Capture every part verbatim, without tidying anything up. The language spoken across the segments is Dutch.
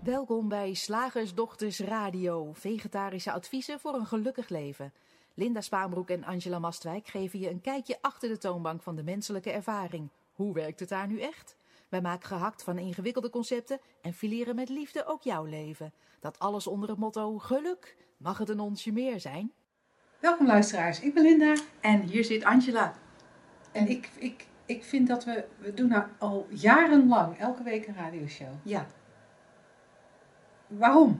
Welkom bij Slagersdochters Radio, vegetarische adviezen voor een gelukkig leven. Linda Spaanbroek en Angela Mastwijk geven je een kijkje achter de toonbank van de menselijke ervaring. Hoe werkt het daar nu echt? Wij maken gehakt van ingewikkelde concepten en fileren met liefde ook jouw leven. Dat alles onder het motto geluk. Mag het een onsje meer zijn? Welkom luisteraars, ik ben Linda. En hier zit Angela. En ik, ik, ik vind dat we, we doen nou al jarenlang elke week een radioshow. Ja. Waarom?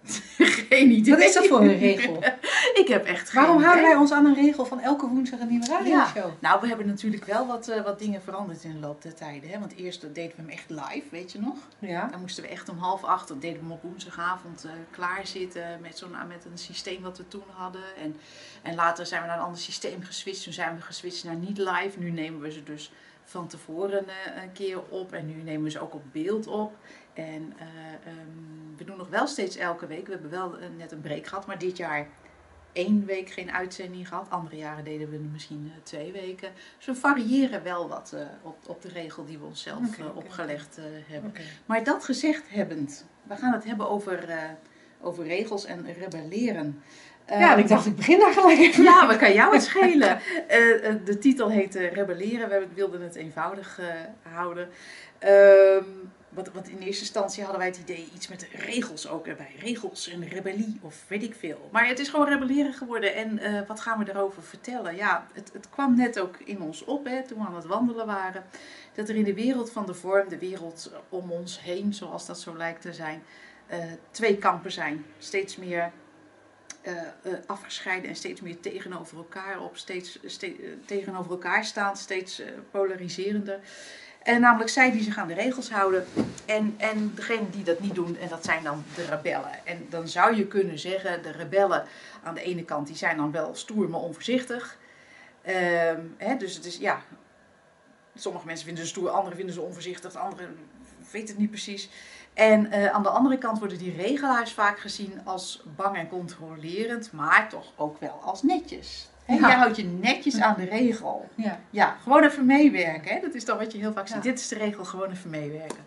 Geen idee. Wat is dat voor een regel? Ik heb echt geen Waarom idee. houden wij ons aan een regel van elke woensdag een nieuwe radioshow? Ja. Nou, we hebben natuurlijk wel wat, uh, wat dingen veranderd in de loop der tijden. Hè? Want eerst deden we hem echt live, weet je nog? Ja. Dan moesten we echt om half acht, dat deden we hem op woensdagavond, uh, klaarzitten met, zo'n, met een systeem wat we toen hadden. En, en later zijn we naar een ander systeem geswitcht. Toen zijn we geswitcht naar niet live. Nu nemen we ze dus van tevoren uh, een keer op. En nu nemen we ze ook op beeld op. En uh, um, we doen nog wel steeds elke week. We hebben wel uh, net een break gehad, maar dit jaar één week geen uitzending gehad. Andere jaren deden we misschien uh, twee weken. Dus we variëren wel wat uh, op, op de regel die we onszelf okay, uh, okay, opgelegd uh, hebben. Okay. Maar dat gezegd hebbend, we gaan het hebben over, uh, over regels en rebelleren. Uh, Ja, en ik dacht, ik begin daar gelijk even. Ja, wat kan jou het schelen? uh, uh, de titel heet uh, Rebelleren. We wilden het eenvoudig uh, houden. Uh, wat, wat in eerste instantie hadden wij het idee iets met regels ook erbij. Regels en rebellie of weet ik veel. Maar het is gewoon rebelleren geworden. En uh, wat gaan we daarover vertellen? Ja, het, het kwam net ook in ons op, hè, toen we aan het wandelen waren. Dat er in de wereld van de vorm, de wereld om ons heen, zoals dat zo lijkt te zijn, uh, twee kampen zijn. Steeds meer Uh, uh, afgescheiden en steeds meer tegenover elkaar op, steeds, steeds uh, tegenover elkaar staan, steeds uh, polariserender. En namelijk zij die zich aan de regels houden en, en degenen die dat niet doen, en dat zijn dan de rebellen. En dan zou je kunnen zeggen, de rebellen aan de ene kant, die zijn dan wel stoer, maar onvoorzichtig. Uh, hè, dus het is, ja, sommige mensen vinden ze stoer, anderen vinden ze onvoorzichtig, anderen weten het niet precies. En uh, aan de andere kant worden die regelaars vaak gezien als bang en controlerend, maar toch ook wel als netjes. He, ja. Jij houdt je netjes aan de regel. Ja, ja gewoon even meewerken. Hè? Dat is dan wat je heel vaak ziet. Ja. Dit is de regel, gewoon even meewerken.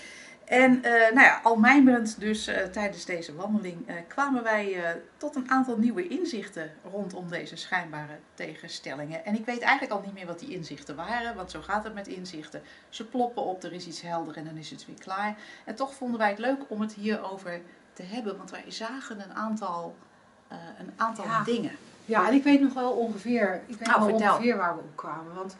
En uh, nou ja, al mijmerend dus uh, tijdens deze wandeling uh, kwamen wij uh, tot een aantal nieuwe inzichten rondom deze schijnbare tegenstellingen. En ik weet eigenlijk al niet meer wat die inzichten waren, want zo gaat het met inzichten. Ze ploppen op, er is iets helder en dan is het weer klaar. En toch vonden wij het leuk om het hierover te hebben, want wij zagen een aantal, uh, een aantal ja. dingen. Ja, en ik weet nog wel ongeveer, ik weet Nou, wel vertel. ongeveer waar we op kwamen. Want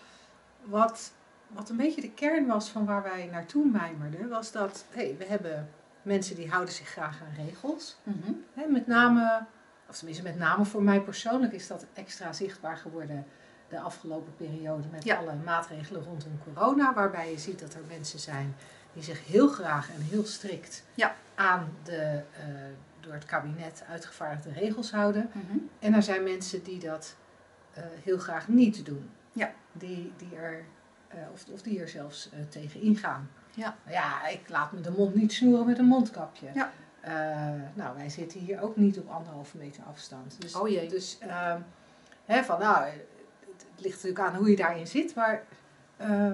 wat... Wat een beetje de kern was van waar wij naartoe mijmerden, was dat hey, we hebben mensen die houden zich graag aan regels. Mm-hmm. He, met name, of tenminste met name voor mij persoonlijk is dat extra zichtbaar geworden de afgelopen periode met ja. alle maatregelen rondom corona. Waarbij je ziet dat er mensen zijn die zich heel graag en heel strikt ja. aan de uh, door het kabinet uitgevaardigde regels houden. Mm-hmm. En er zijn mensen die dat uh, heel graag niet doen. Ja. Die, die er... Uh, of, of die er zelfs uh, tegen ingaan. Ja. ja, ik laat me de mond niet snoeren met een mondkapje. Ja. Uh, nou, wij zitten hier ook niet op anderhalve meter afstand. Dus, oh jee. Dus, uh, hè, van nou, het, het ligt natuurlijk aan hoe je daarin zit, maar uh,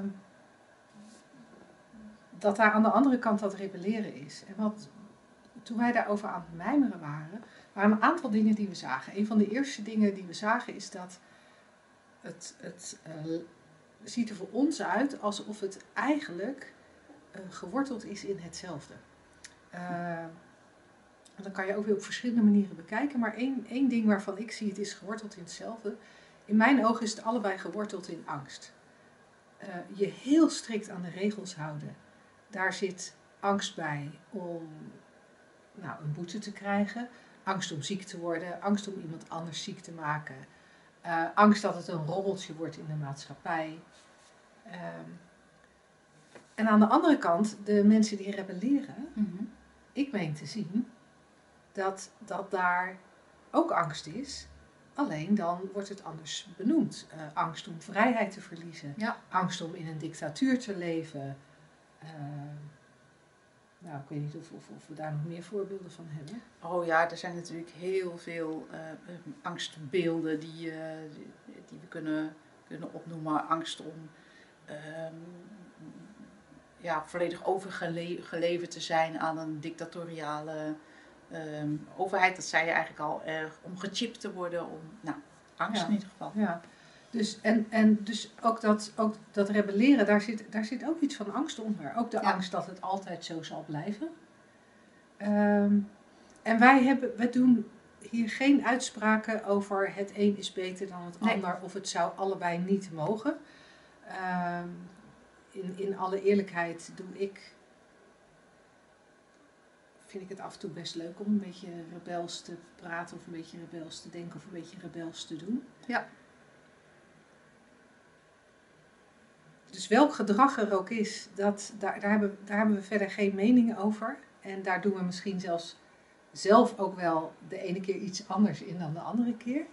dat daar aan de andere kant dat rebelleren is. En wat, toen wij daarover aan het mijmeren waren, waren een aantal dingen die we zagen. Een van de eerste dingen die we zagen is dat het... het uh, ziet er voor ons uit alsof het eigenlijk uh, geworteld is in hetzelfde. Uh, dat kan je ook weer op verschillende manieren bekijken, maar één, één ding waarvan ik zie het is geworteld in hetzelfde. In mijn ogen is het allebei geworteld in angst. Uh, je heel strikt aan de regels houden, daar zit angst bij om nou, een boete te krijgen, angst om ziek te worden, angst om iemand anders ziek te maken. Uh, angst dat het een rommeltje wordt in de maatschappij. Uh, en aan de andere kant, de mensen die rebelleren, Mm-hmm. ik meen te zien dat, dat daar ook angst is. Alleen dan wordt het anders benoemd. Uh, angst om vrijheid te verliezen. Ja. Angst om in een dictatuur te leven. Uh, Nou, ik weet niet of, of, of we daar nog meer voorbeelden van hebben. Oh ja, er zijn natuurlijk heel veel uh, angstbeelden die, uh, die, die we kunnen, kunnen opnoemen. Angst om, um, ja, volledig overgeleverd te zijn aan een dictatoriale um, overheid. Dat zei je eigenlijk al, uh, om gechipt te worden, om, nou, angst Ja. in ieder geval. Ja. Dus, en, en dus ook dat, ook dat rebelleren, daar zit, daar zit ook iets van angst onder. Ook de Ja. angst dat het altijd zo zal blijven. Um, en wij, hebben, wij doen hier geen uitspraken over het een is beter dan het Nee. ander. Of het zou allebei niet mogen. Um, in, in alle eerlijkheid doe ik... vind ik het af en toe best leuk om een beetje rebels te praten. Of een beetje rebels te denken. Of een beetje rebels te doen. Ja. Dus welk gedrag er ook is, dat, daar, daar, hebben, daar hebben we verder geen mening over. En daar doen we misschien zelfs zelf ook wel de ene keer iets anders in dan de andere keer.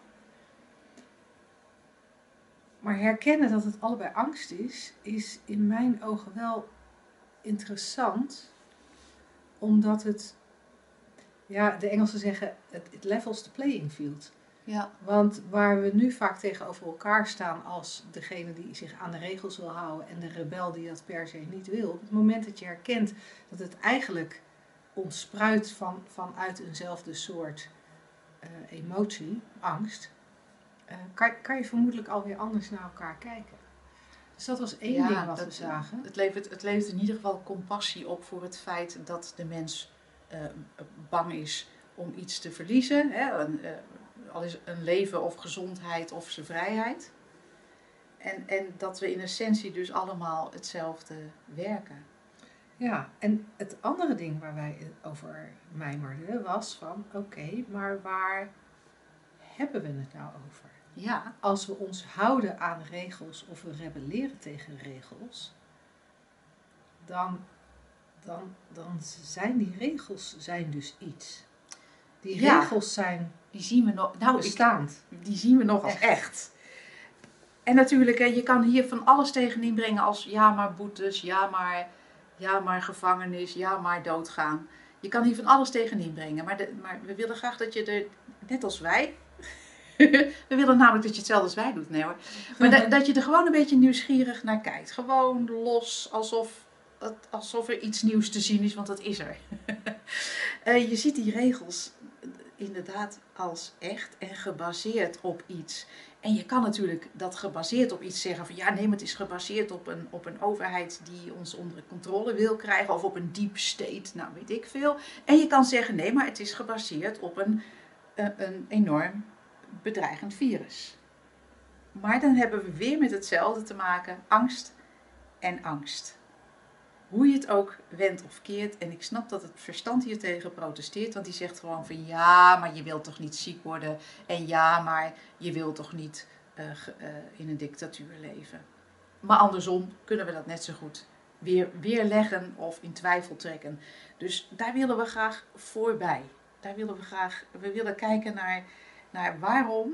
Maar herkennen dat het allebei angst is, is in mijn ogen wel interessant. Omdat het, ja, de Engelsen zeggen, it levels the playing field. Ja. Want waar we nu vaak tegenover elkaar staan als degene die zich aan de regels wil houden en de rebel die dat per se niet wil. Op het moment dat je herkent dat het eigenlijk ontspruit van, vanuit eenzelfde soort uh, emotie, angst, uh, kan, kan je vermoedelijk alweer anders naar elkaar kijken. Dus dat was één Ja, ding wat dat, we zagen. Het levert, het levert in ieder geval compassie op voor het feit dat de mens uh, bang is om iets te verliezen. Hè? Een, uh, al is een leven of gezondheid of zijn vrijheid. En, en dat we in essentie dus allemaal hetzelfde werken. Ja, en het andere ding waar wij over mijmerden was van, oké, okay, maar waar hebben we het nou over? Ja. Als we ons houden aan regels of we rebelleren tegen regels, dan, dan, dan zijn die regels zijn dus iets. Die ja. regels zijn die zien we nog, nou, bestaand. Ik, die zien we nog als echt. echt. En natuurlijk, je kan hier van alles tegenin brengen als ja maar boetes, ja maar, ja maar gevangenis, ja maar doodgaan. Je kan hier van alles tegenin brengen, maar, de, maar we willen graag dat je er, net als wij, we willen namelijk dat je hetzelfde als wij doet, nee hoor. Maar da, dat je er gewoon een beetje nieuwsgierig naar kijkt. Gewoon los, alsof, alsof er iets nieuws te zien is, want dat is er. uh, je ziet die regels inderdaad als echt en gebaseerd op iets. En je kan natuurlijk dat gebaseerd op iets zeggen van ja, nee, maar het is gebaseerd op een, op een overheid die ons onder controle wil krijgen of op een deep state, nou weet ik veel. En je kan zeggen nee, maar het is gebaseerd op een, een, een enorm bedreigend virus. Maar dan hebben we weer met hetzelfde te maken, angst en angst. Hoe je het ook wendt of keert. En ik snap dat het verstand hier tegen protesteert. Want die zegt gewoon van ja, maar je wilt toch niet ziek worden. En ja, maar je wilt toch niet uh, uh, in een dictatuur leven. Maar andersom kunnen we dat net zo goed weer weerleggen of in twijfel trekken. Dus daar willen we graag voorbij. Daar willen we graag, we willen kijken naar, naar waarom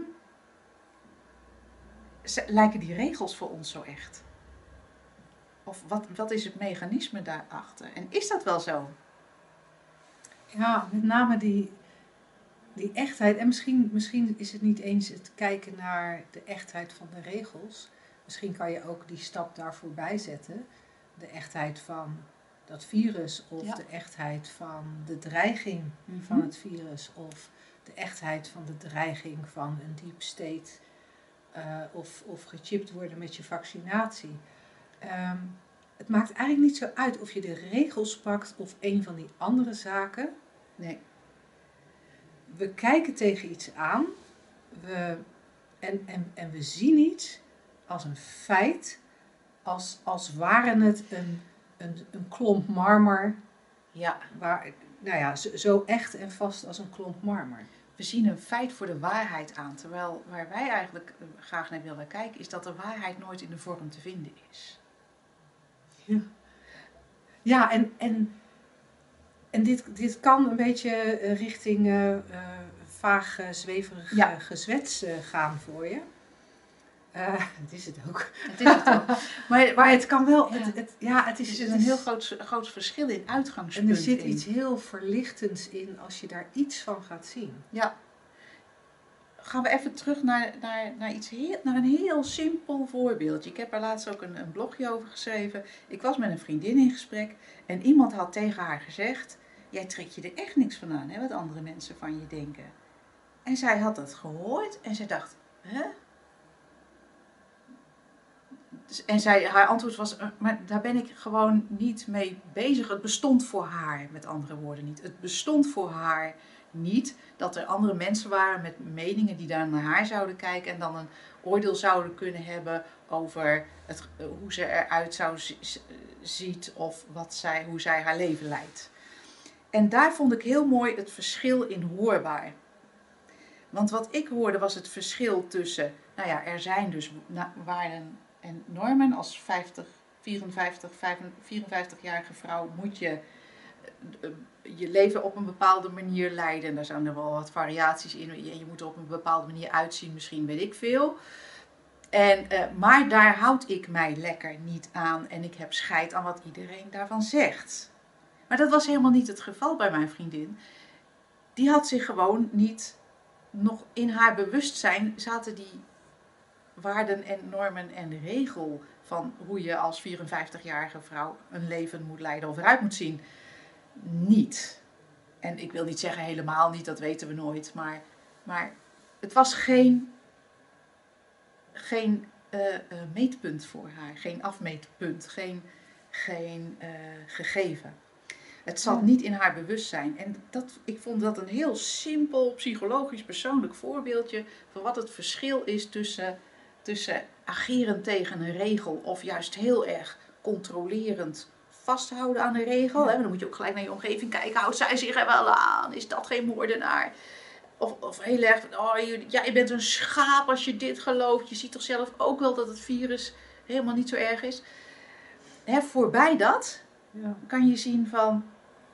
lijken die regels voor ons zo echt. Of wat, wat is het mechanisme daarachter? En is dat wel zo? Ja, met name die, die echtheid. En misschien, misschien is het niet eens het kijken naar de echtheid van de regels. Misschien kan je ook die stap daar voorbij zetten. De echtheid van dat virus. Of ja. de echtheid van de dreiging mm-hmm. van het virus. Of de echtheid van de dreiging van een deep state. Uh, of, of gechipt worden met je vaccinatie. Um, het maakt eigenlijk niet zo uit of je de regels pakt of een van die andere zaken. Nee. We kijken tegen iets aan we, en, en, en we zien iets als een feit, als, als waren het een, een, een klomp marmer. Ja. Waar, nou ja, zo, zo echt en vast als een klomp marmer. We zien een feit voor de waarheid aan. Terwijl waar wij eigenlijk graag naar willen kijken, is dat de waarheid nooit in de vorm te vinden is. Ja, ja en, en, en dit, dit kan een beetje richting uh, uh, vaag, uh, zweverig ja. uh, gezwets uh, gaan voor je. Uh, het is het ook. Het is het ook. maar, maar het kan wel... Het, het, ja, het is, er zit het een is, heel groot, groot verschil in uitgangspunt. En er zit in. iets heel verlichtends in als je daar iets van gaat zien. Ja. gaan we even terug naar, naar, naar, iets heel, naar een heel simpel voorbeeldje. Ik heb er laatst ook een, een blogje over geschreven. Ik was met een vriendin in gesprek en iemand had tegen haar gezegd: jij trekt je er echt niks van aan, hè, wat andere mensen van je denken. En zij had dat gehoord en zij dacht: hè? Dus, en zij, haar antwoord was: maar daar ben ik gewoon niet mee bezig. Het bestond voor haar, met andere woorden, niet. Het bestond voor haar niet dat er andere mensen waren met meningen die daar naar haar zouden kijken en dan een oordeel zouden kunnen hebben over het, hoe ze eruit zou ziet of wat zij, hoe zij haar leven leidt. En daar vond ik heel mooi het verschil in hoorbaar. Want wat ik hoorde was het verschil tussen, nou ja, er zijn dus waarden en normen. Als vijftig, vierenvijftig, vierenvijftig-jarige vrouw moet je je leven op een bepaalde manier leiden. En daar zijn er wel wat variaties in. Je moet er op een bepaalde manier uitzien, misschien weet ik veel. En, uh, maar daar houd ik mij lekker niet aan. En ik heb scheid aan wat iedereen daarvan zegt. Maar dat was helemaal niet het geval bij mijn vriendin. Die had zich gewoon niet, nog in haar bewustzijn zaten die waarden en normen en regel van hoe je als vierenvijftigjarige vrouw een leven moet leiden of eruit moet zien. Niet. En ik wil niet zeggen helemaal niet, dat weten we nooit. Maar, maar het was geen, geen uh, uh, meetpunt voor haar. Geen afmeetpunt. Geen, geen uh, gegeven. Het zat niet in haar bewustzijn. En dat, ik vond dat een heel simpel, psychologisch, persoonlijk voorbeeldje van wat het verschil is tussen, tussen ageren tegen een regel of juist heel erg controlerend vasthouden aan een regel. Ja. Dan moet je ook gelijk naar je omgeving kijken. Houdt zij zich er wel aan? Is dat geen moordenaar? Of, of heel erg, oh, jij bent een schaap als je dit gelooft. Je ziet toch zelf ook wel dat het virus helemaal niet zo erg is. Hè, voorbij dat ja. kan je zien van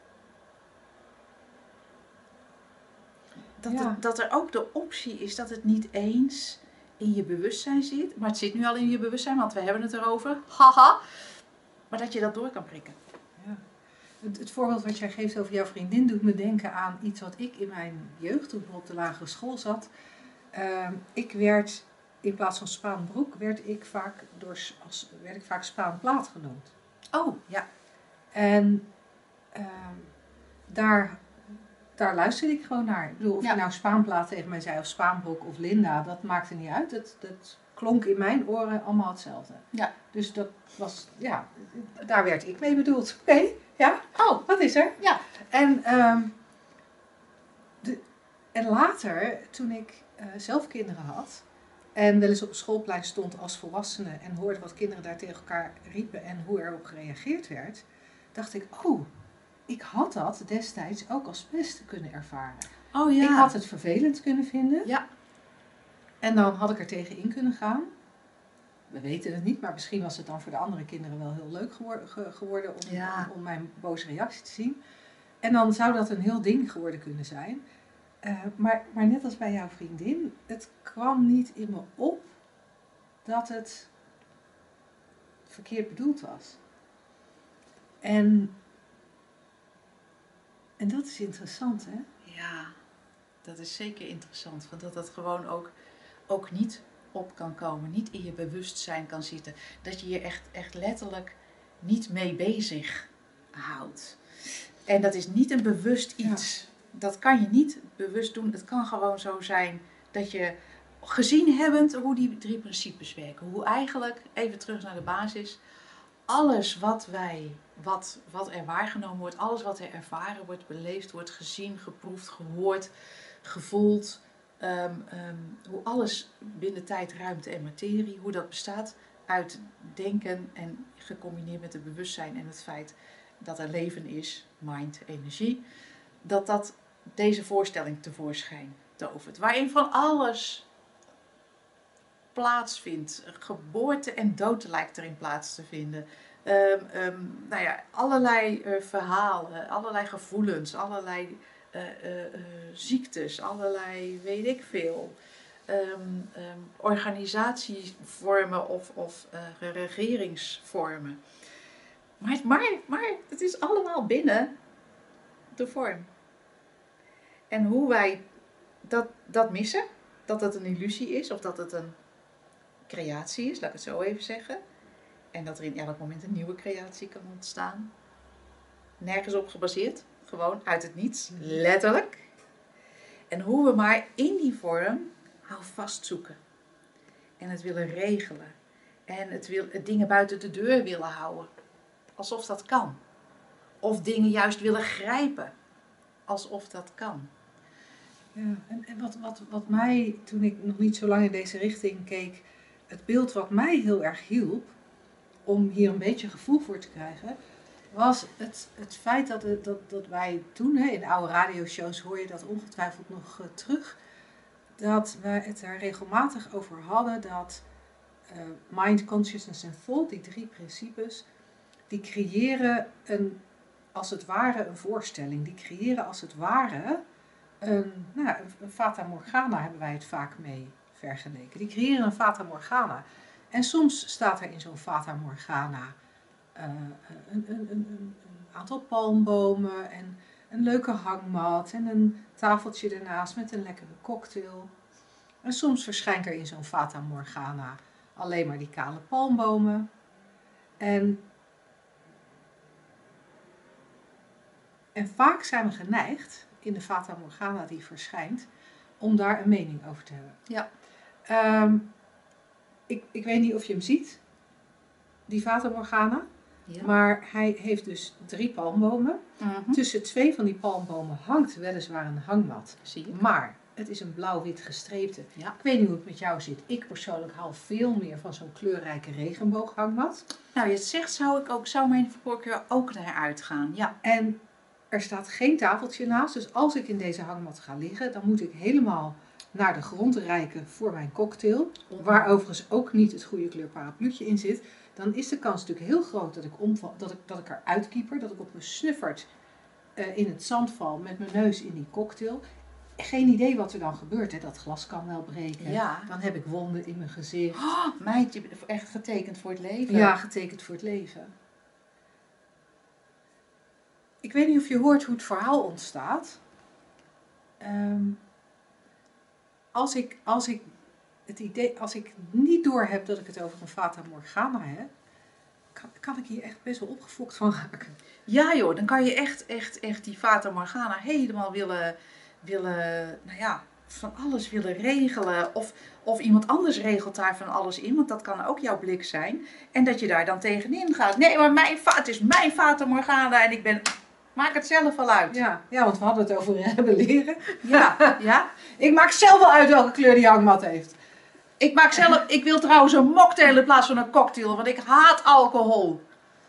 dat, ja. het, dat er ook de optie is dat het niet eens in je bewustzijn zit. Maar het zit nu al in je bewustzijn, want we hebben het erover. Haha. Maar dat je dat door kan prikken. Ja. Het, het voorbeeld wat jij geeft over jouw vriendin doet me denken aan iets wat ik in mijn jeugd, toen ik op de lagere school zat. Uh, ik werd, in plaats van Spaanbroek, werd ik vaak, door, als, werd ik vaak Spaanplaat genoemd. Oh, ja. En uh, daar, daar luisterde ik gewoon naar. Ik bedoel, of ja. je nou Spaanplaat tegen mij zei of Spaanbroek of Linda, dat maakte niet uit. Dat, dat klonk in mijn oren allemaal hetzelfde. Ja. Dus dat was, ja, daar werd ik mee bedoeld. Oké, okay, ja. Oh, wat is er? Ja. En, um, de, en later, toen ik uh, zelf kinderen had en wel eens op een schoolplein stond als volwassene en hoorde wat kinderen daar tegen elkaar riepen en hoe erop gereageerd werd, dacht ik, oh, ik had dat destijds ook als beste kunnen ervaren. Oh ja. Ik had het vervelend kunnen vinden. Ja. En dan had ik er tegen in kunnen gaan. We weten het niet, maar misschien was het dan voor de andere kinderen wel heel leuk geworden, ge, geworden om, ja. om, om mijn boze reactie te zien. En dan zou dat een heel ding geworden kunnen zijn. Uh, maar, maar net als bij jouw vriendin, het kwam niet in me op dat het verkeerd bedoeld was. En, en dat is interessant, hè? Ja, dat is zeker interessant. Want dat dat gewoon ook, ook niet op kan komen, niet in je bewustzijn kan zitten. Dat je je echt, echt letterlijk niet mee bezig houdt. En dat is niet een bewust iets. Ja. Dat kan je niet bewust doen. Het kan gewoon zo zijn dat je gezien hebbend hoe die drie principes werken. Hoe eigenlijk, even terug naar de basis, alles wat wij, wat, wat er waargenomen wordt, alles wat er ervaren wordt, beleefd wordt, gezien, geproefd, gehoord, gevoeld, um, um, hoe alles binnen tijd, ruimte en materie, hoe dat bestaat uit denken en gecombineerd met het bewustzijn en het feit dat er leven is, mind, energie, dat dat deze voorstelling tevoorschijn tovert. Waarin van alles plaatsvindt. Geboorte en dood lijkt erin plaats te vinden. Um, um, nou ja, allerlei uh, verhalen, allerlei gevoelens, allerlei uh, uh, uh, ziektes, allerlei weet ik veel. Um, um, organisatievormen of, of uh, regeringsvormen. Maar, maar, maar het is allemaal binnen de vorm. En hoe wij dat, dat missen, dat het een illusie is of dat het een creatie is, laat ik het zo even zeggen. En dat er in elk moment een nieuwe creatie kan ontstaan. Nergens op gebaseerd, gewoon uit het niets, letterlijk. En hoe we maar in die vorm houvast zoeken. En het willen regelen. En het, wil, het dingen buiten de deur willen houden. Alsof dat kan. Of dingen juist willen grijpen. Alsof dat kan. Ja, en, en wat, wat, wat mij, toen ik nog niet zo lang in deze richting keek, het beeld wat mij heel erg hielp, om hier een beetje gevoel voor te krijgen, was het, het feit dat, het, dat, dat wij toen, hè, in oude radioshows hoor je dat ongetwijfeld nog uh, terug, dat wij het er regelmatig over hadden dat uh, mind, consciousness en thought, die drie principes, die creëren een, als het ware een voorstelling. Die creëren als het ware een, nou, een fata morgana, hebben wij het vaak mee vergeleken. Die creëren een fata morgana. En soms staat er in zo'n fata morgana uh, een, een, een, een aantal palmbomen en een leuke hangmat en een tafeltje ernaast met een lekkere cocktail. En soms verschijnt er in zo'n fata morgana alleen maar die kale palmbomen. En, en vaak zijn we geneigd, in de fata morgana die verschijnt, om daar een mening over te hebben. Ja. Um, ik, ik weet niet of je hem ziet, die fata morgana. Ja. Maar hij heeft dus drie palmbomen. Mm-hmm. Tussen twee van die palmbomen hangt weliswaar een hangmat. Zie je? Maar het is een blauw-wit gestreepte. Ja. Ik weet niet hoe het met jou zit. Ik persoonlijk hou veel meer van zo'n kleurrijke regenbooghangmat. Nou, je het zegt, zou ik ook, zou mijn voorkeur ook naar uitgaan. Ja. En er staat geen tafeltje naast. Dus als ik in deze hangmat ga liggen, dan moet ik helemaal naar de grond reiken voor mijn cocktail. Waar overigens ook niet het goede kleur parapluutje in zit. Dan is de kans natuurlijk heel groot dat ik, omval, dat ik, dat ik eruit kieper. Dat ik op mijn snuffert uh, in het zand val met mijn neus in die cocktail. Geen idee wat er dan gebeurt. Hè. Dat glas kan wel breken. Ja. Dan heb ik wonden in mijn gezicht. Oh, meid, je bent echt getekend voor het leven. Ja, getekend voor het leven. Ik weet niet of je hoort hoe het verhaal ontstaat. Um, als ik... Als ik Het idee, als ik niet door heb dat ik het over een fata morgana heb, kan, kan ik hier echt best wel opgefokt van raken. Ja joh, dan kan je echt, echt, echt die fata morgana helemaal willen, willen, nou ja, van alles willen regelen. Of, of iemand anders regelt daar van alles in, want dat kan ook jouw blik zijn. En dat je daar dan tegenin gaat. Nee, maar mijn, het is mijn fata morgana en ik ben... Maak het zelf al uit. Ja, ja, want we hadden het over rebelleren. Ja, ja. Ik maak zelf wel uit welke kleur die hangmat heeft. Ik maak zelf, ik wil trouwens een mocktail in plaats van een cocktail, want ik haat alcohol.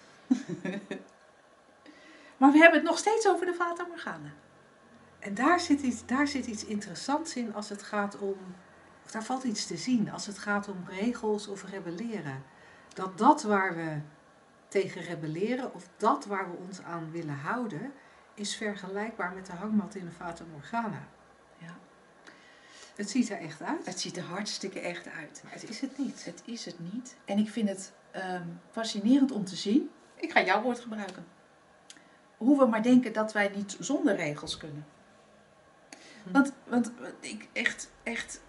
Maar we hebben het nog steeds over de fata morgana. En daar zit iets, daar zit iets interessants in als het gaat om, of daar valt iets te zien, als het gaat om regels of rebelleren. Dat dat waar we tegen rebelleren, of dat waar we ons aan willen houden, is vergelijkbaar met de hangmat in de fata morgana. Ja. Het ziet er echt uit. Het ziet er hartstikke echt uit. Maar het is het niet. Het is het niet. En ik vind het um, fascinerend om te zien. Ik ga jouw woord gebruiken. Hoe we maar denken dat wij niet zonder regels kunnen. Hm. Want, want ik echt, echt...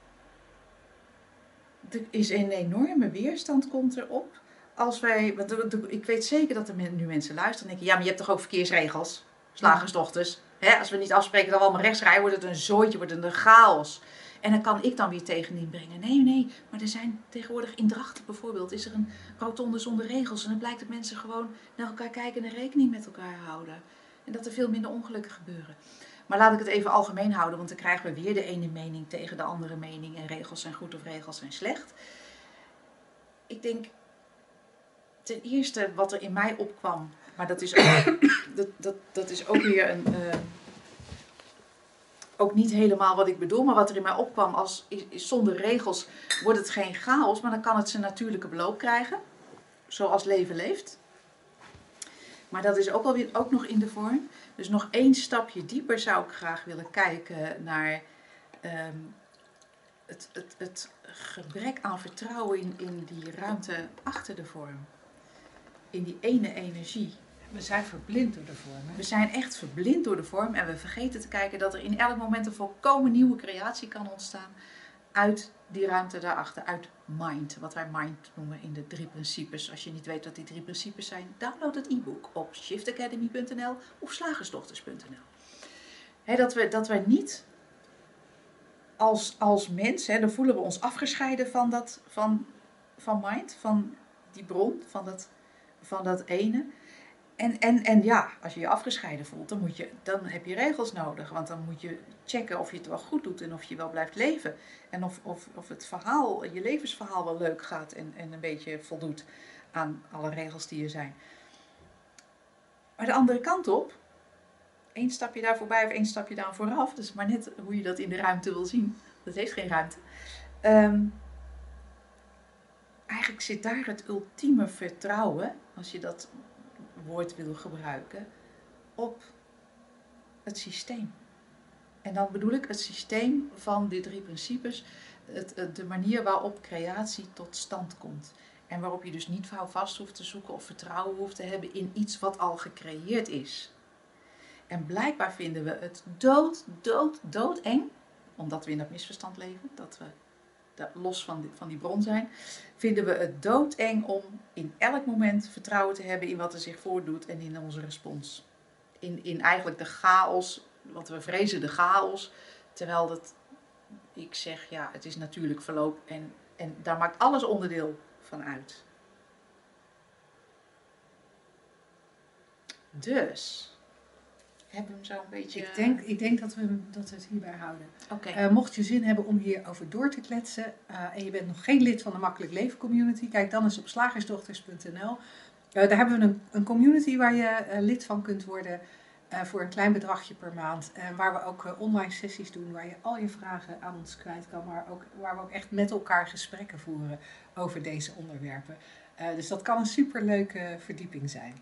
Er is een enorme weerstand komt erop. Als wij... Want ik weet zeker dat er nu mensen luisteren en denken... Ja, maar je hebt toch ook verkeersregels? Slagersdochters. Hè, als we niet afspreken dat we allemaal rechts rijden, wordt het een zooitje, wordt het een chaos. En dan kan ik dan weer tegenin brengen. Nee, nee, maar er zijn tegenwoordig in Drachten bijvoorbeeld, is er een rotonde zonder regels. En dan blijkt dat mensen gewoon naar elkaar kijken en rekening met elkaar houden. En dat er veel minder ongelukken gebeuren. Maar laat ik het even algemeen houden, want dan krijgen we weer de ene mening tegen de andere mening. En regels zijn goed of regels zijn slecht. Ik denk, ten eerste wat er in mij opkwam, maar dat is ook, dat, dat, dat is ook weer een... Uh, ook niet helemaal wat ik bedoel, maar wat er in mij opkwam als is, is zonder regels wordt het geen chaos, maar dan kan het zijn natuurlijke beloop krijgen, zoals leven leeft. Maar dat is ook alweer ook nog in de vorm. Dus nog één stapje dieper zou ik graag willen kijken naar um, het, het, het gebrek aan vertrouwen in, in die ruimte achter de vorm, in die ene energie. We zijn verblind door de vorm. Hè? We zijn echt verblind door de vorm en we vergeten te kijken dat er in elk moment een volkomen nieuwe creatie kan ontstaan uit die ruimte daarachter, uit mind. Wat wij mind noemen in de drie principes. Als je niet weet wat die drie principes zijn, download het e-book op shift academy punt n l of slagersdochters punt n l. He, dat, we, dat wij niet als, als mens, he, dan voelen we ons afgescheiden van, dat, van, van mind, van die bron, van dat, van dat ene. En, en, en ja, als je je afgescheiden voelt, dan, moet je, dan heb je regels nodig. Want dan moet je checken of je het wel goed doet en of je wel blijft leven. En of, of, of het verhaal, je levensverhaal wel leuk gaat en, en een beetje voldoet aan alle regels die er zijn. Maar de andere kant op, één stapje daar voorbij of één stapje daar vooraf. Dus maar net hoe je dat in de ruimte wil zien. Dat heeft geen ruimte. Um, eigenlijk zit daar het ultieme vertrouwen, als je dat woord wil gebruiken, op het systeem. En dan bedoel ik het systeem van die drie principes, het, de manier waarop creatie tot stand komt. En waarop je dus niet vast hoeft te zoeken of vertrouwen hoeft te hebben in iets wat al gecreëerd is. En blijkbaar vinden we het dood, dood, doodeng, omdat we in dat misverstand leven, dat we dat los van die, van die bron zijn, vinden we het doodeng om in elk moment vertrouwen te hebben in wat er zich voordoet en in onze respons. In, in eigenlijk de chaos, wat we vrezen de chaos, terwijl dat, ik zeg ja, het is natuurlijk verloop en, en daar maakt alles onderdeel van uit. Dus, hebben we hem zo een beetje... Ik denk, ik denk dat, we, dat we het hierbij houden. Okay. Uh, mocht je zin hebben om hierover door te kletsen uh, en je bent nog geen lid van de Makkelijk Leven Community, kijk dan eens op slagersdochters punt n l. Uh, daar hebben we een, een community waar je uh, lid van kunt worden uh, voor een klein bedragje per maand. Uh, waar we ook uh, online sessies doen waar je al je vragen aan ons kwijt kan, maar ook, waar we ook echt met elkaar gesprekken voeren over deze onderwerpen. Uh, dus dat kan een superleuke verdieping zijn.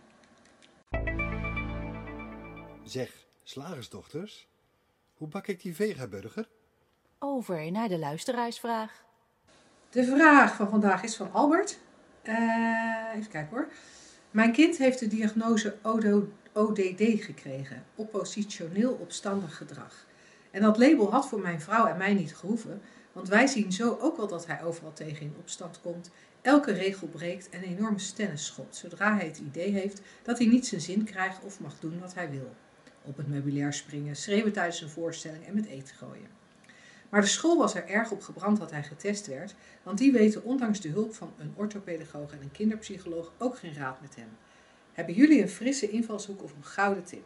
Zeg, slagersdochters, hoe bak ik die vegaburger? Over naar de luisteraarsvraag. De vraag van vandaag is van Albert. Uh, even kijken hoor. Mijn kind heeft de diagnose O D D gekregen, oppositioneel opstandig gedrag. En dat label had voor mijn vrouw en mij niet gehoeven, want wij zien zo ook wel dat hij overal tegen in opstand komt, elke regel breekt en enorme stennis schopt, zodra hij het idee heeft dat hij niet zijn zin krijgt of mag doen wat hij wil. Op het meubilair springen, schreeuwen tijdens een voorstelling en met eten gooien. Maar de school was er erg op gebrand dat hij getest werd, want die weten ondanks de hulp van een orthopedagoog en een kinderpsycholoog ook geen raad met hem. Hebben jullie een frisse invalshoek of een gouden tip?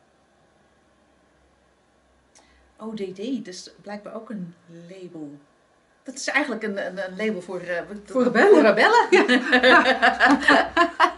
O D D, dus blijkbaar ook een label. Dat is eigenlijk een, een, een label voor, uh, voor rebellen. Voor rebellen. Ja.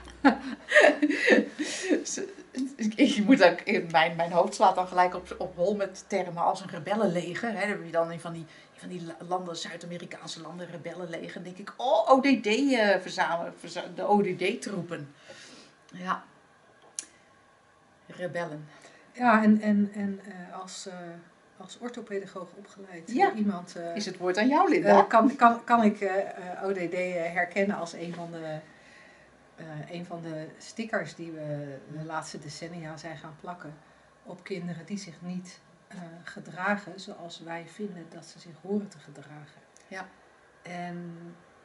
Je moet ook, in mijn, mijn hoofd slaat dan gelijk op, op hol met termen als een rebellenleger. Hè. Dan heb je dan in van die, van die landen, Zuid-Amerikaanse landen, rebellenleger. Dan denk ik, oh, O D D uh, verzamelen, verzamelen, de O D D-troepen. Ja, rebellen. Ja, en, en, en uh, als, uh, als orthopedagoog opgeleid ja. iemand... Uh, is het woord aan jou, Linda? Uh, kan, kan, kan ik uh, O D D herkennen als een van de... Uh, een van de stickers die we de laatste decennia zijn gaan plakken op kinderen die zich niet uh, gedragen zoals wij vinden dat ze zich horen te gedragen. Ja. En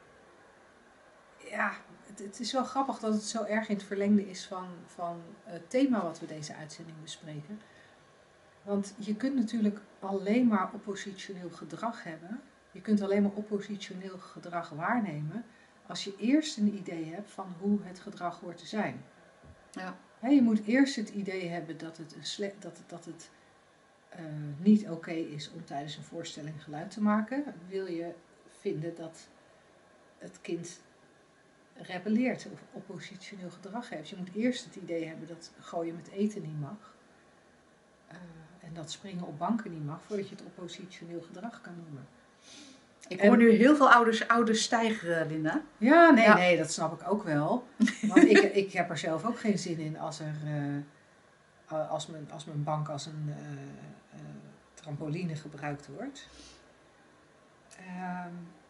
ja, het, het is wel grappig dat het zo erg in het verlengde is van, van het thema wat we deze uitzending bespreken. Want je kunt natuurlijk alleen maar oppositioneel gedrag hebben. Je kunt alleen maar oppositioneel gedrag waarnemen als je eerst een idee hebt van hoe het gedrag hoort te zijn. Ja. He, je moet eerst het idee hebben dat het, een sle- dat het, dat het uh, niet oké okay is om tijdens een voorstelling geluid te maken. Wil je vinden dat het kind rebelleert of oppositioneel gedrag heeft. Je moet eerst het idee hebben dat gooien met eten niet mag. Uh, en dat springen op banken niet mag, voordat je het oppositioneel gedrag kan noemen. Ik hoor en, nu heel veel ouders, ouders stijgen, Linda. Ja, nee, ja. nee, dat snap ik ook wel. Want ik, ik heb er zelf ook geen zin in als, er, uh, als, mijn, als mijn bank als een uh, uh, trampoline gebruikt wordt. Uh,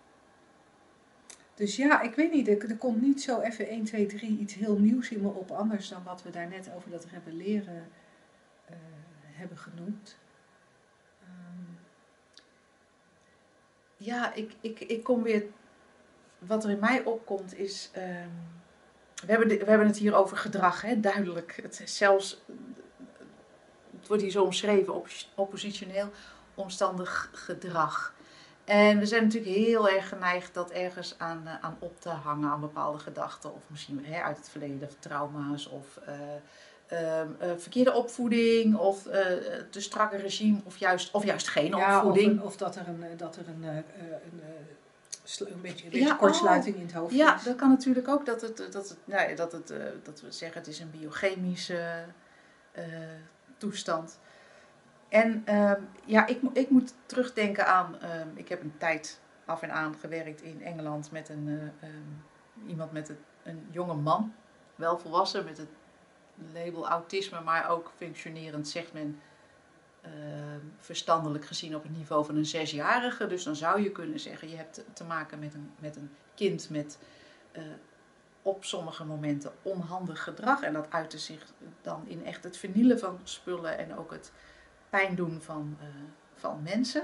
dus ja, ik weet niet, er, er komt niet zo even één, twee, drie iets heel nieuws in me op, anders dan wat we daarnet over dat rebelleren uh, hebben genoemd. ja, ik, ik, ik kom weer... Wat er in mij opkomt is... Um, we, hebben de, we hebben het hier over gedrag, hè, duidelijk. Het is zelfs... Het wordt hier zo omschreven, op, oppositioneel omstandig gedrag. En we zijn natuurlijk heel erg geneigd dat ergens aan, uh, aan op te hangen, aan bepaalde gedachten. Of misschien hè, uit het verleden, trauma's of uh, uh, uh, verkeerde opvoeding. Of uh, te strakke regime of juist, of juist geen ja, opvoeding. Of, of dat er een, dat er een, uh, een, uh, een beetje, een beetje ja, kortsluiting oh, in het hoofd ja, is. Ja, dat kan natuurlijk ook. Dat, het, dat, het, nou, dat, het, uh, dat we zeggen het is een biochemische uh, toestand. En uh, ja, ik, ik moet terugdenken aan, uh, ik heb een tijd af en aan gewerkt in Engeland met een, uh, um, iemand met een, een jonge man, wel volwassen met het label autisme, maar ook functionerend, zegt men, uh, verstandelijk gezien op het niveau van een zesjarige. Dus dan zou je kunnen zeggen, je hebt te maken met een, met een kind met uh, op sommige momenten onhandig gedrag. En dat uitte zich dan in echt het vernielen van spullen en ook het pijn doen van, uh, van mensen.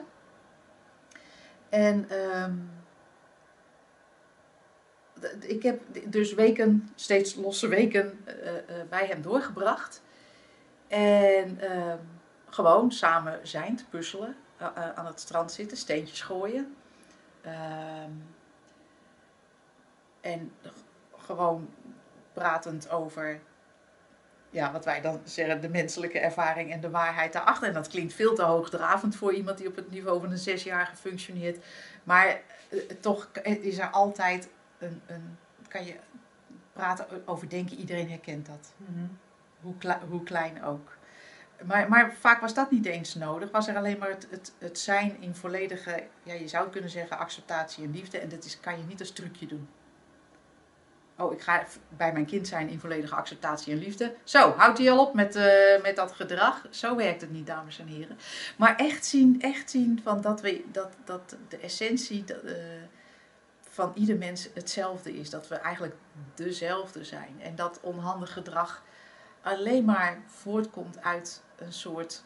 En um, d- ik heb dus weken, steeds losse weken uh, uh, bij hem doorgebracht. En uh, gewoon samen zijn, te puzzelen, uh, uh, aan het strand zitten, steentjes gooien. Uh, en gewoon pratend over... Ja, wat wij dan zeggen, de menselijke ervaring en de waarheid daarachter. En dat klinkt veel te hoogdravend voor iemand die op het niveau van een zesjarige functioneert. Maar uh, toch is er altijd een, een... Kan je praten over denken, iedereen herkent dat. Mm-hmm. Hoe, kle- hoe klein ook. Maar, maar vaak was dat niet eens nodig. Was er alleen maar het, het, het zijn in volledige, ja, je zou kunnen zeggen, acceptatie en liefde. En dat is, kan je niet als trucje doen. Oh, ik ga bij mijn kind zijn in volledige acceptatie en liefde. Zo, houdt hij al op met, uh, met dat gedrag? Zo werkt het niet, dames en heren. Maar echt zien, echt zien van dat, we, dat, dat de essentie dat, uh, van ieder mens hetzelfde is. Dat we eigenlijk dezelfde zijn. En dat onhandig gedrag alleen maar voortkomt uit een soort...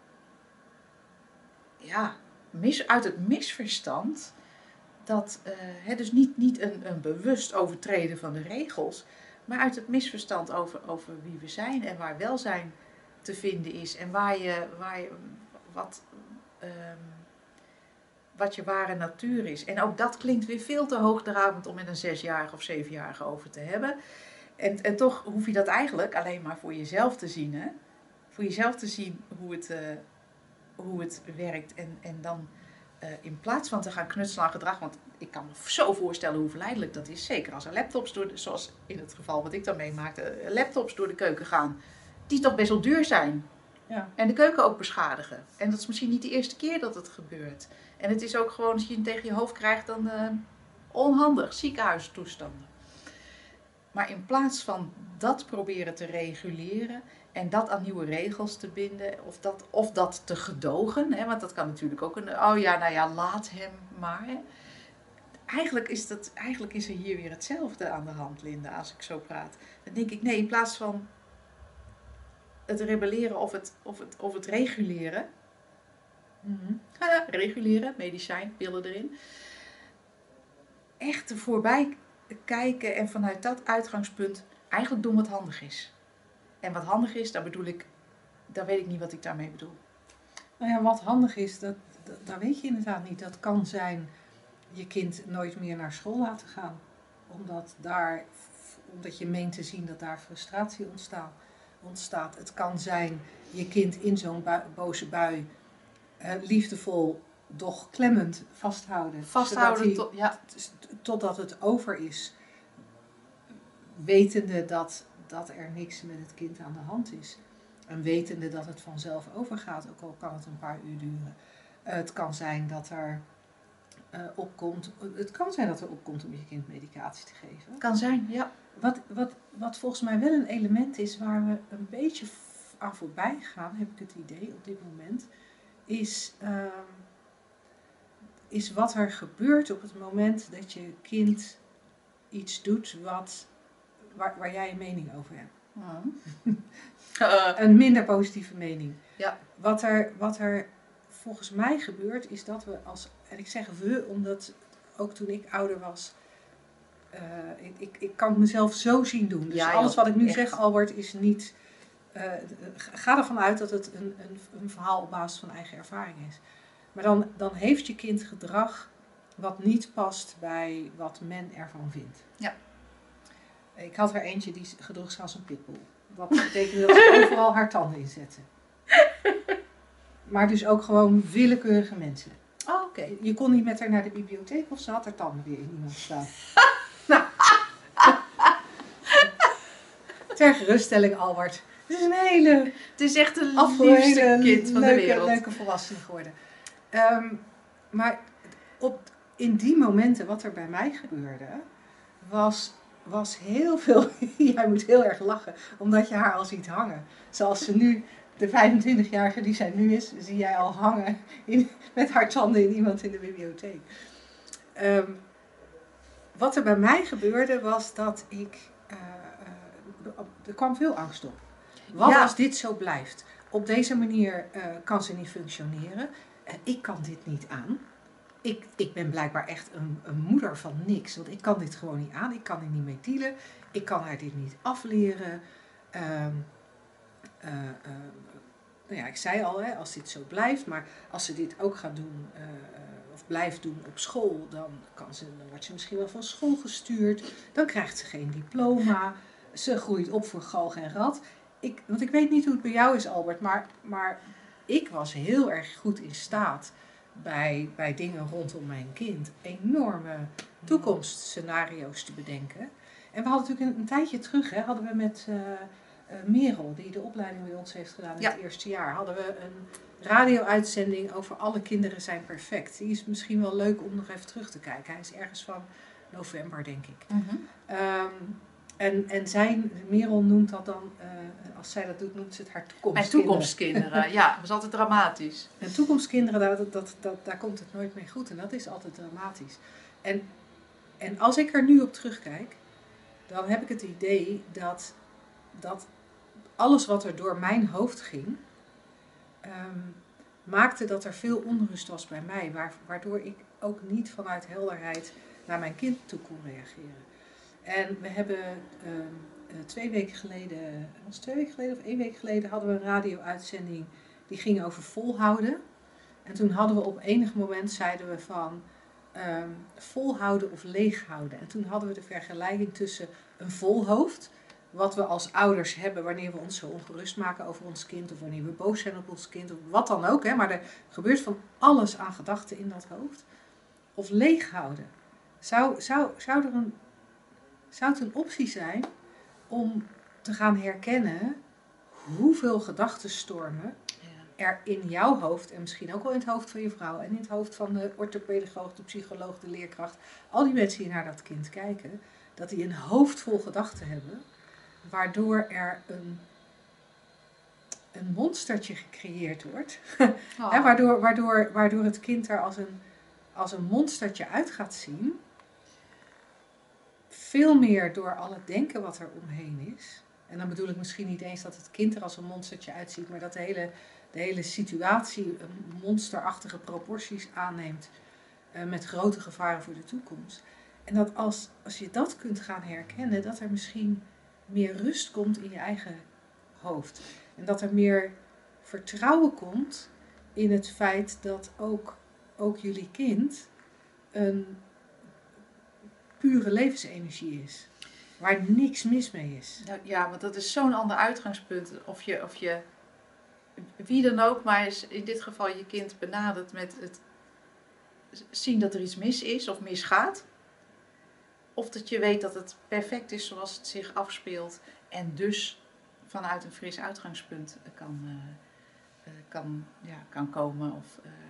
Ja, mis, uit het misverstand... Dat, uh, he, dus niet, niet een, een bewust overtreden van de regels, maar uit het misverstand over, over wie we zijn en waar welzijn te vinden is en waar je, waar je, wat, um, wat je ware natuur is. En ook dat klinkt weer veel te hoogdravend om met een zesjarige of zevenjarige over te hebben. En, en toch hoef je dat eigenlijk alleen maar voor jezelf te zien. Hè? Voor jezelf te zien hoe het, uh, hoe het werkt en, en dan... Uh, in plaats van te gaan knutselen aan gedrag, want ik kan me zo voorstellen hoe verleidelijk dat is. Zeker als er laptops, door de, zoals in het geval wat ik dan meemaakte, laptops door de keuken gaan. Die toch best wel duur zijn. Ja. En de keuken ook beschadigen. En dat is misschien niet de eerste keer dat het gebeurt. En het is ook gewoon, als je hem tegen je hoofd krijgt, dan uh, onhandig. Ziekenhuistoestanden. Maar in plaats van dat proberen te reguleren... En dat aan nieuwe regels te binden, of dat, of dat te gedogen. Hè, want dat kan natuurlijk ook een... Oh ja, nou ja, laat hem maar. Hè. Eigenlijk, is dat, eigenlijk is er hier weer hetzelfde aan de hand, Linda, als ik zo praat. Dan denk ik, nee, in plaats van het rebelleren of het, of het, of het reguleren. Mm-hmm. Ja, reguleren, medicijn, pillen erin. Echt er voorbij kijken en vanuit dat uitgangspunt eigenlijk doen wat handig is. En wat handig is, daar bedoel ik, daar weet ik niet wat ik daarmee bedoel. Nou ja, wat handig is, dat, dat, dat weet je inderdaad niet. Dat kan zijn je kind nooit meer naar school laten gaan. Omdat, daar, omdat je meent te zien dat daar frustratie ontstaat. ontstaat. Het kan zijn je kind in zo'n bui, boze bui uh, liefdevol, doch klemmend vasthouden. Vasthouden hij, tot, ja. t- totdat het over is. Wetende dat... dat er niks met het kind aan de hand is. En wetende dat het vanzelf overgaat, ook al kan het een paar uur duren. Uh, het kan zijn dat er uh, opkomt, het kan zijn dat er opkomt om je kind medicatie te geven. Kan zijn, ja. Wat, wat, wat volgens mij wel een element is waar we een beetje aan voorbij gaan, heb ik het idee op dit moment, is, uh, is wat er gebeurt op het moment dat je kind iets doet wat... Waar, waar jij een mening over hebt. Mm. uh. Een minder positieve mening. Ja. Wat er, wat er volgens mij gebeurt, is dat we als, en ik zeg we, omdat ook toen ik ouder was, uh, ik, ik, ik kan het mezelf zo zien doen. Dus Ja, alles wat ik nu echt. zeg, Albert, is niet, uh, ga ervan uit dat het een, een, een verhaal op basis van eigen ervaring is. Maar dan, dan heeft je kind gedrag wat niet past bij wat men ervan vindt. Ja. Ik had er eentje die gedroeg zich als een pitbull. Wat betekende dat ze overal haar tanden inzette. Maar dus ook gewoon willekeurige mensen. Oh, oké. Okay. Je kon niet met haar naar de bibliotheek of ze had haar tanden weer in iemand staan. Nou. Ter geruststelling, Albert. Het is een hele... Het is echt een liefste kind van leuke, de wereld. leuke volwassene geworden. Um, maar op, in die momenten, wat er bij mij gebeurde, was, was heel veel... Jij moet heel erg lachen, omdat je haar al ziet hangen. Zoals ze nu... De vijfentwintigjarige die zij nu is, zie jij al hangen in, met haar tanden in iemand in de bibliotheek. Um, wat er bij mij gebeurde was dat ik... Uh, uh, er kwam veel angst op. Wat Ja. als dit zo blijft? Op deze manier uh, kan ze niet functioneren. Uh, ik kan dit niet aan. Ik, ik ben blijkbaar echt een, een moeder van niks. Want ik kan dit gewoon niet aan. Ik kan er niet mee dealen. Ik kan haar dit niet afleren. Um, Uh, uh, nou ja, ik zei al, hè, als dit zo blijft, maar als ze dit ook gaat doen uh, uh, of blijft doen op school, dan, kan ze, dan wordt ze misschien wel van school gestuurd. Dan krijgt ze geen diploma. Ze groeit op voor galg en rad. Ik, want ik weet niet hoe het bij jou is, Albert, maar, maar ik was heel erg goed in staat bij, bij dingen rondom mijn kind enorme toekomstscenario's te bedenken. En we hadden natuurlijk een, een tijdje terug, hè, hadden we met... Uh, Uh, Merel, die de opleiding bij ons heeft gedaan in ja. het eerste jaar, hadden we een radio-uitzending over alle kinderen zijn perfect. Die is misschien wel leuk om nog even terug te kijken. Hij is ergens van november, denk ik. Mm-hmm. Um, en, en zijn, Merel noemt dat dan, uh, als zij dat doet, noemt ze het haar toekomstkinderen. Mijn toekomstkinderen, ja. Dat was altijd dramatisch. En toekomstkinderen, daar, dat, dat, dat, daar komt het nooit mee goed. En dat is altijd dramatisch. En, en als ik er nu op terugkijk, dan heb ik het idee dat, dat alles wat er door mijn hoofd ging, um, maakte dat er veel onrust was bij mij. Waardoor ik ook niet vanuit helderheid naar mijn kind toe kon reageren. En we hebben um, twee weken geleden, was het twee weken geleden of één week geleden, hadden we een radio-uitzending die ging over volhouden. En toen hadden we op enig moment, zeiden we van, um, volhouden of leeghouden. En toen hadden we de vergelijking tussen een vol hoofd, wat we als ouders hebben wanneer we ons zo ongerust maken over ons kind, of wanneer we boos zijn op ons kind, of wat dan ook. Hè, maar er gebeurt van alles aan gedachten in dat hoofd. Of leeghouden. Zou, zou, zou, er een, zou het een optie zijn om te gaan herkennen hoeveel gedachtenstormen er in jouw hoofd, en misschien ook wel in het hoofd van je vrouw, en in het hoofd van de orthopedagoog, de psycholoog, de leerkracht, al die mensen die naar dat kind kijken, dat die een hoofd vol gedachten hebben, waardoor er een, een monstertje gecreëerd wordt. Oh. He, waardoor, waardoor, waardoor het kind er als een, als een monstertje uit gaat zien. Veel meer door al het denken wat er omheen is. En dan bedoel ik misschien niet eens dat het kind er als een monstertje uitziet, maar dat de hele, de hele situatie monsterachtige proporties aanneemt. Uh, met grote gevaren voor de toekomst. En dat als, als je dat kunt gaan herkennen, dat er misschien meer rust komt in je eigen hoofd. En dat er meer vertrouwen komt in het feit dat ook, ook jullie kind een pure levensenergie is. Waar niks mis mee is. Nou, ja, want dat is zo'n ander uitgangspunt. Of je, of je, wie dan ook, maar in dit geval je kind benadert met het zien dat er iets mis is of misgaat. Of dat je weet dat het perfect is zoals het zich afspeelt. En dus vanuit een fris uitgangspunt kan, uh, uh, kan, ja, kan komen. Of, uh,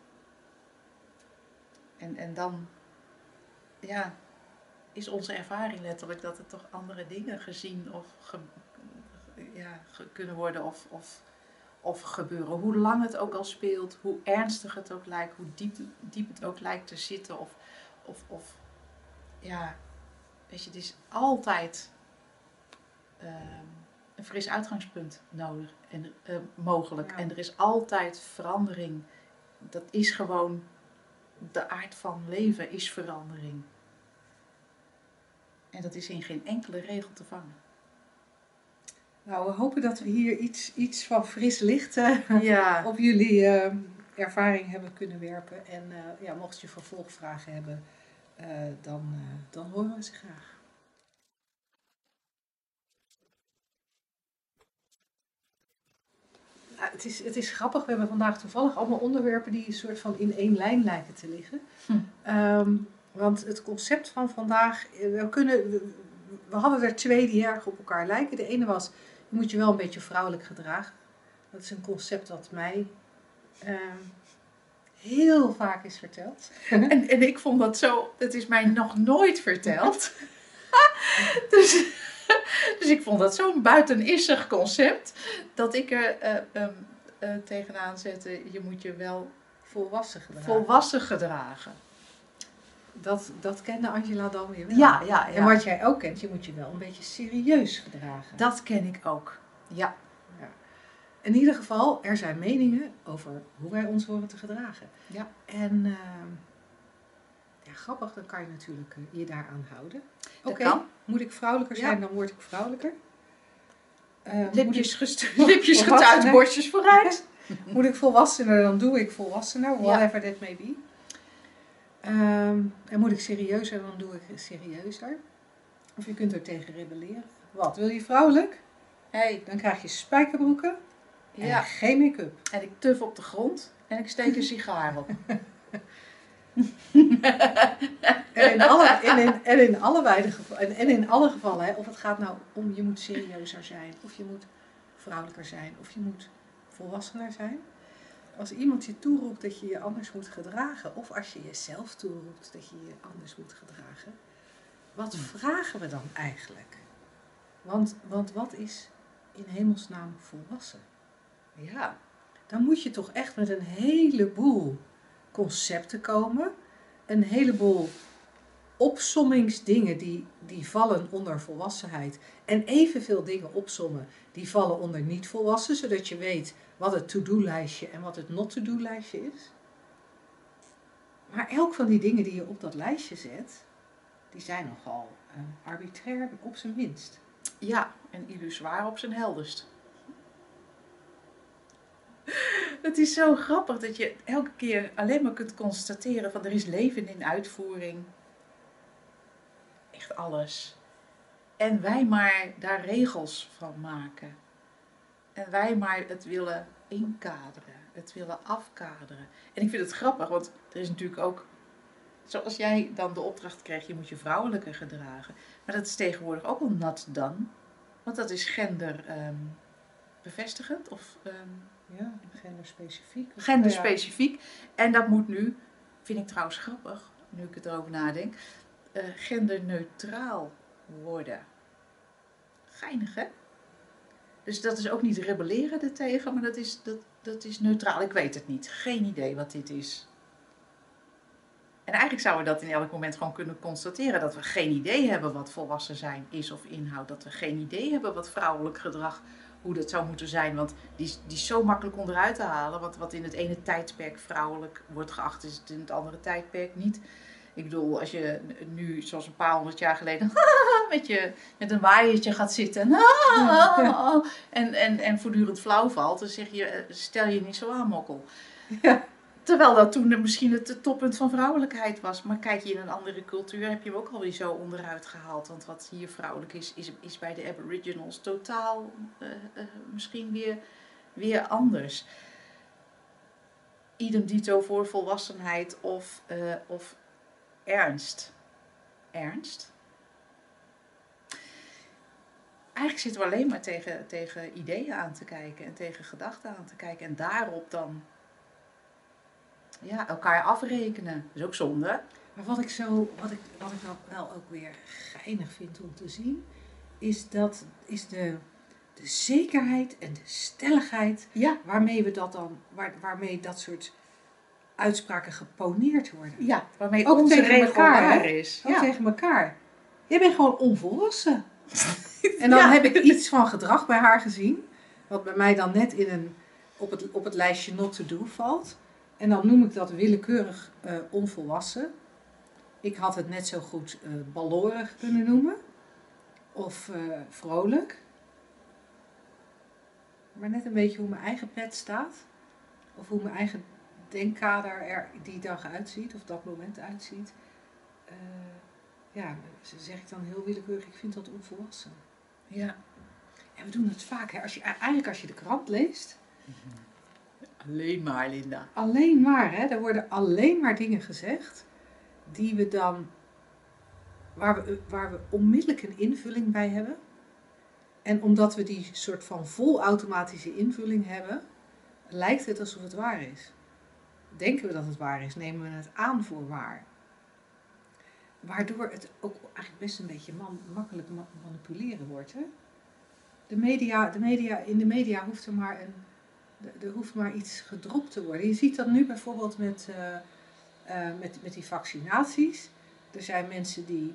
en, en dan ja, is onze ervaring letterlijk dat er toch andere dingen gezien of ge, ja, ge, kunnen worden of, of, of gebeuren. Hoe lang het ook al speelt, hoe ernstig het ook lijkt, hoe diep, diep het ook lijkt te zitten. Of, of, of ja, weet je, het is altijd uh, een fris uitgangspunt nodig en uh, mogelijk. Ja. En er is altijd verandering dat is gewoon de aard van leven, is verandering. En dat is in geen enkele regel te vangen. Nou, we hopen dat we hier iets, iets van fris licht uh, Ja. op jullie uh, ervaring hebben kunnen werpen. En uh, ja, mocht je vervolgvragen hebben, uh, dan, uh, dan horen we ze graag. Nou, het, is, het is grappig, we hebben vandaag toevallig allemaal onderwerpen die een soort van in één lijn lijken te liggen. Hm. Um, want het concept van vandaag, we, kunnen, we, we hadden er twee die erg op elkaar lijken. De ene was, je moet je wel een beetje vrouwelijk gedragen. Dat is een concept dat mij um, heel vaak is verteld. En, en ik vond dat zo, het is mij nog nooit verteld. dus, dus ik vond dat zo'n buitenissig concept, dat ik er uh, um, uh, tegenaan zette, je moet je wel volwassen gedragen. Volwassen gedragen. Dat, dat kende Angela dan weer wel. Ja, ja, ja. En wat jij ook kent, je moet je wel een beetje serieus gedragen. Dat ken ik ook, ja. ja. In ieder geval, er zijn meningen over hoe wij ons horen te gedragen. Ja. En uh, ja, grappig, dan kan je natuurlijk uh, je daaraan houden. Oké, okay, moet ik vrouwelijker zijn, ja. dan word ik vrouwelijker. Uh, Lipjes, ik, gestu- lipjes getuigd, borstjes vooruit. Moet ik volwassener, dan doe ik volwassener, whatever ja. that may be. Um, en moet ik serieuzer, dan doe ik serieuzer. Of je kunt er tegen rebelleren. Wat, wil je vrouwelijk? Hey. Dan krijg je spijkerbroeken en ja. geen make-up. En ik tuf op de grond en ik steek een sigaar op. en, in alle, en, in, en, in allebei de geval, en, en in alle gevallen, hè, of het gaat nou om je moet serieuzer zijn, of je moet vrouwelijker zijn, of je moet volwassener zijn. Als iemand je toeroept dat je je anders moet gedragen, of als je jezelf toeroept dat je je anders moet gedragen, wat vragen we dan eigenlijk? Want, want wat is in hemelsnaam volwassen? Ja. Dan moet je toch echt met een heleboel concepten komen, een heleboel opsommingsdingen die, die vallen onder volwassenheid en evenveel dingen opsommen die vallen onder niet volwassen, zodat je weet wat het to-do-lijstje en wat het not-to-do-lijstje is. Maar elk van die dingen die je op dat lijstje zet, die zijn nogal uh, arbitrair op zijn minst. Ja, en illusoir op zijn helderst. Het is zo grappig dat je elke keer alleen maar kunt constateren van er is leven in uitvoering. Echt alles. En wij maar daar regels van maken. En wij maar het willen inkaderen, het willen afkaderen. En ik vind het grappig, want er is natuurlijk ook, zoals jij dan de opdracht kreeg, je moet je vrouwelijker gedragen. Maar dat is tegenwoordig ook al not done. Want dat is gender um, bevestigend of... Um, ja, genderspecifiek. Genderspecifiek. En dat moet nu, vind ik trouwens grappig, nu ik het erover nadenk, uh, genderneutraal worden. Geinig, hè? Dus dat is ook niet rebelleren ertegen, maar dat is, dat, dat is neutraal. Ik weet het niet. Geen idee wat dit is. En eigenlijk zouden we dat in elk moment gewoon kunnen constateren. Dat we geen idee hebben wat volwassen zijn is of inhoudt. Dat we geen idee hebben wat vrouwelijk gedrag, hoe dat zou moeten zijn. Want die, die is zo makkelijk onderuit te halen. Want wat in het ene tijdperk vrouwelijk wordt geacht, is het in het andere tijdperk niet. Ik bedoel, als je nu, zoals een paar honderd jaar geleden, met, je, met een waaiertje gaat zitten en, en, en voortdurend flauw valt, dan zeg je, stel je niet zo aan, mokkel. Ja. Terwijl dat toen misschien het toppunt van vrouwelijkheid was. Maar kijk je in een andere cultuur, heb je hem ook alweer zo onderuit gehaald. Want wat hier vrouwelijk is, is, is bij de Aboriginals totaal uh, uh, misschien weer, weer anders. Idem dito voor volwassenheid of, uh, of ernst. Ernst? Eigenlijk zitten we alleen maar tegen, tegen ideeën aan te kijken en tegen gedachten aan te kijken. En daarop dan ja, elkaar afrekenen. Dat is ook zonde. Maar wat ik, zo, wat ik, wat ik nou wel ook weer geinig vind om te zien, is, dat, is de, de zekerheid en de stelligheid ja. waarmee we dat dan, waar, waarmee dat soort uitspraken geponeerd worden. Ja, waarmee ook onze tegen regel elkaar waar is. Ook ja. tegen elkaar. Jij bent gewoon onvolwassen. En dan ja. heb ik iets van gedrag bij haar gezien, wat bij mij dan net in een, op, het, op het lijstje not to do valt. En dan noem ik dat willekeurig uh, onvolwassen. Ik had het net zo goed uh, ballorig kunnen noemen. Of uh, vrolijk. Maar net een beetje hoe mijn eigen pet staat. Of hoe mijn eigen denkkader er die dag uitziet. Of dat moment uitziet. Uh, ja, zeg ik dan heel willekeurig. Ik vind dat onvolwassen. Ja. En we doen het vaak. Hè. Als je, eigenlijk als je de krant leest. Alleen maar, Linda. Alleen maar. Hè. Er worden alleen maar dingen gezegd. Die we dan... Waar we, waar we onmiddellijk een invulling bij hebben. En omdat we die soort van volautomatische invulling hebben, lijkt het alsof het waar is. Denken we dat het waar is, nemen we het aan voor waar. Waardoor het ook eigenlijk best een beetje man, makkelijk ma- manipuleren wordt. Hè? De media, de media, in de media hoeft er maar, een, er hoeft maar iets gedropt te worden. Je ziet dat nu bijvoorbeeld met, uh, uh, met, met die vaccinaties. Er zijn mensen die...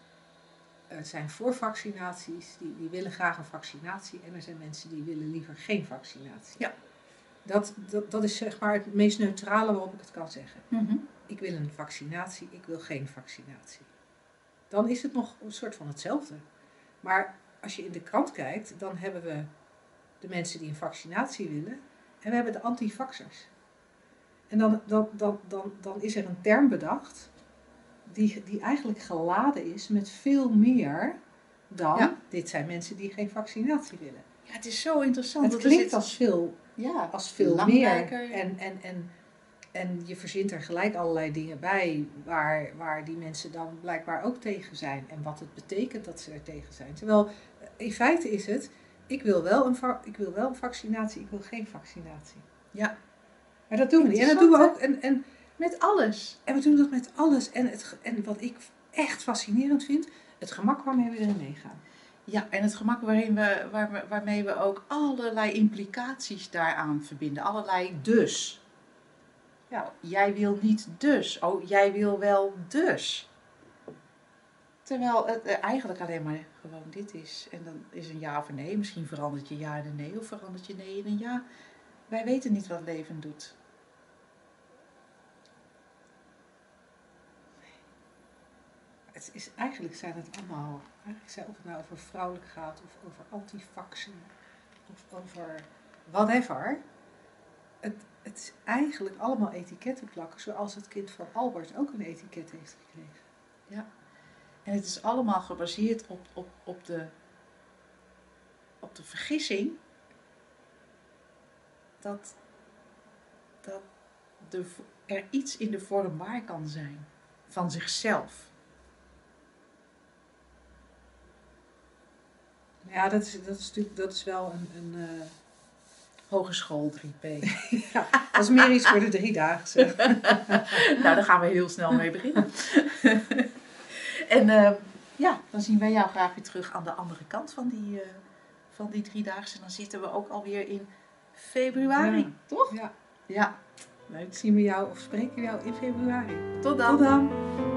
Er zijn voor vaccinaties, die, die willen graag een vaccinatie. En er zijn mensen die willen liever geen vaccinatie. Ja. Dat, dat, dat is zeg maar het meest neutrale waarop ik het kan zeggen. Mm-hmm. Ik wil een vaccinatie, ik wil geen vaccinatie. Dan is het nog een soort van hetzelfde. Maar als je in de krant kijkt, dan hebben we de mensen die een vaccinatie willen. En we hebben de antivaxers. En dan, dan, dan, dan, dan is er een term bedacht... Die, die eigenlijk geladen is met veel meer dan... Ja. Dit zijn mensen die geen vaccinatie willen. Ja, het is zo interessant. Het klinkt als veel, ja, als veel belangrijker. meer. En, en, en, en je verzint er gelijk allerlei dingen bij... Waar, waar die mensen dan blijkbaar ook tegen zijn. En wat het betekent dat ze er tegen zijn. Terwijl in feite is het... Ik wil wel een, va- ik wil wel een vaccinatie, ik wil geen vaccinatie. Ja. Maar dat doen we niet. En dat doen we ook... En, en, Met alles. En we doen dat met alles. En, het, en wat ik echt fascinerend vind, het gemak waarmee we erin meegaan. Ja, en het gemak waarin we, waar we, waarmee we ook allerlei implicaties daaraan verbinden. Allerlei dus. Ja, jij wil niet dus. Oh, jij wil wel dus. Terwijl het eigenlijk alleen maar gewoon dit is. En dan is een ja of een nee. Misschien verandert je ja in een nee of verandert je nee in een ja. Wij weten niet wat leven doet. Het is, eigenlijk zijn het allemaal, eigenlijk zijn, of het nou over vrouwelijk gaat, of over antivaxen, of over whatever. Het, het is eigenlijk allemaal etiketten plakken, zoals het kind van Albert ook een etiket heeft gekregen. Ja. En het is allemaal gebaseerd op, op, op, de, op de vergissing dat, dat de, er iets in de vorm waar kan zijn van zichzelf. Ja, dat is, dat is natuurlijk dat is wel een... een uh... Hogeschool drie P. Ja, dat is meer iets voor de driedaagse. Nou, daar gaan we heel snel mee beginnen. En uh, ja, dan zien wij jou graag weer terug aan de andere kant van die, uh, van die driedaagse. En dan zitten we ook alweer in februari, Ja. toch? Ja. Ja, leuk. Zien we jou of spreken we jou in februari. Tot dan. Tot dan.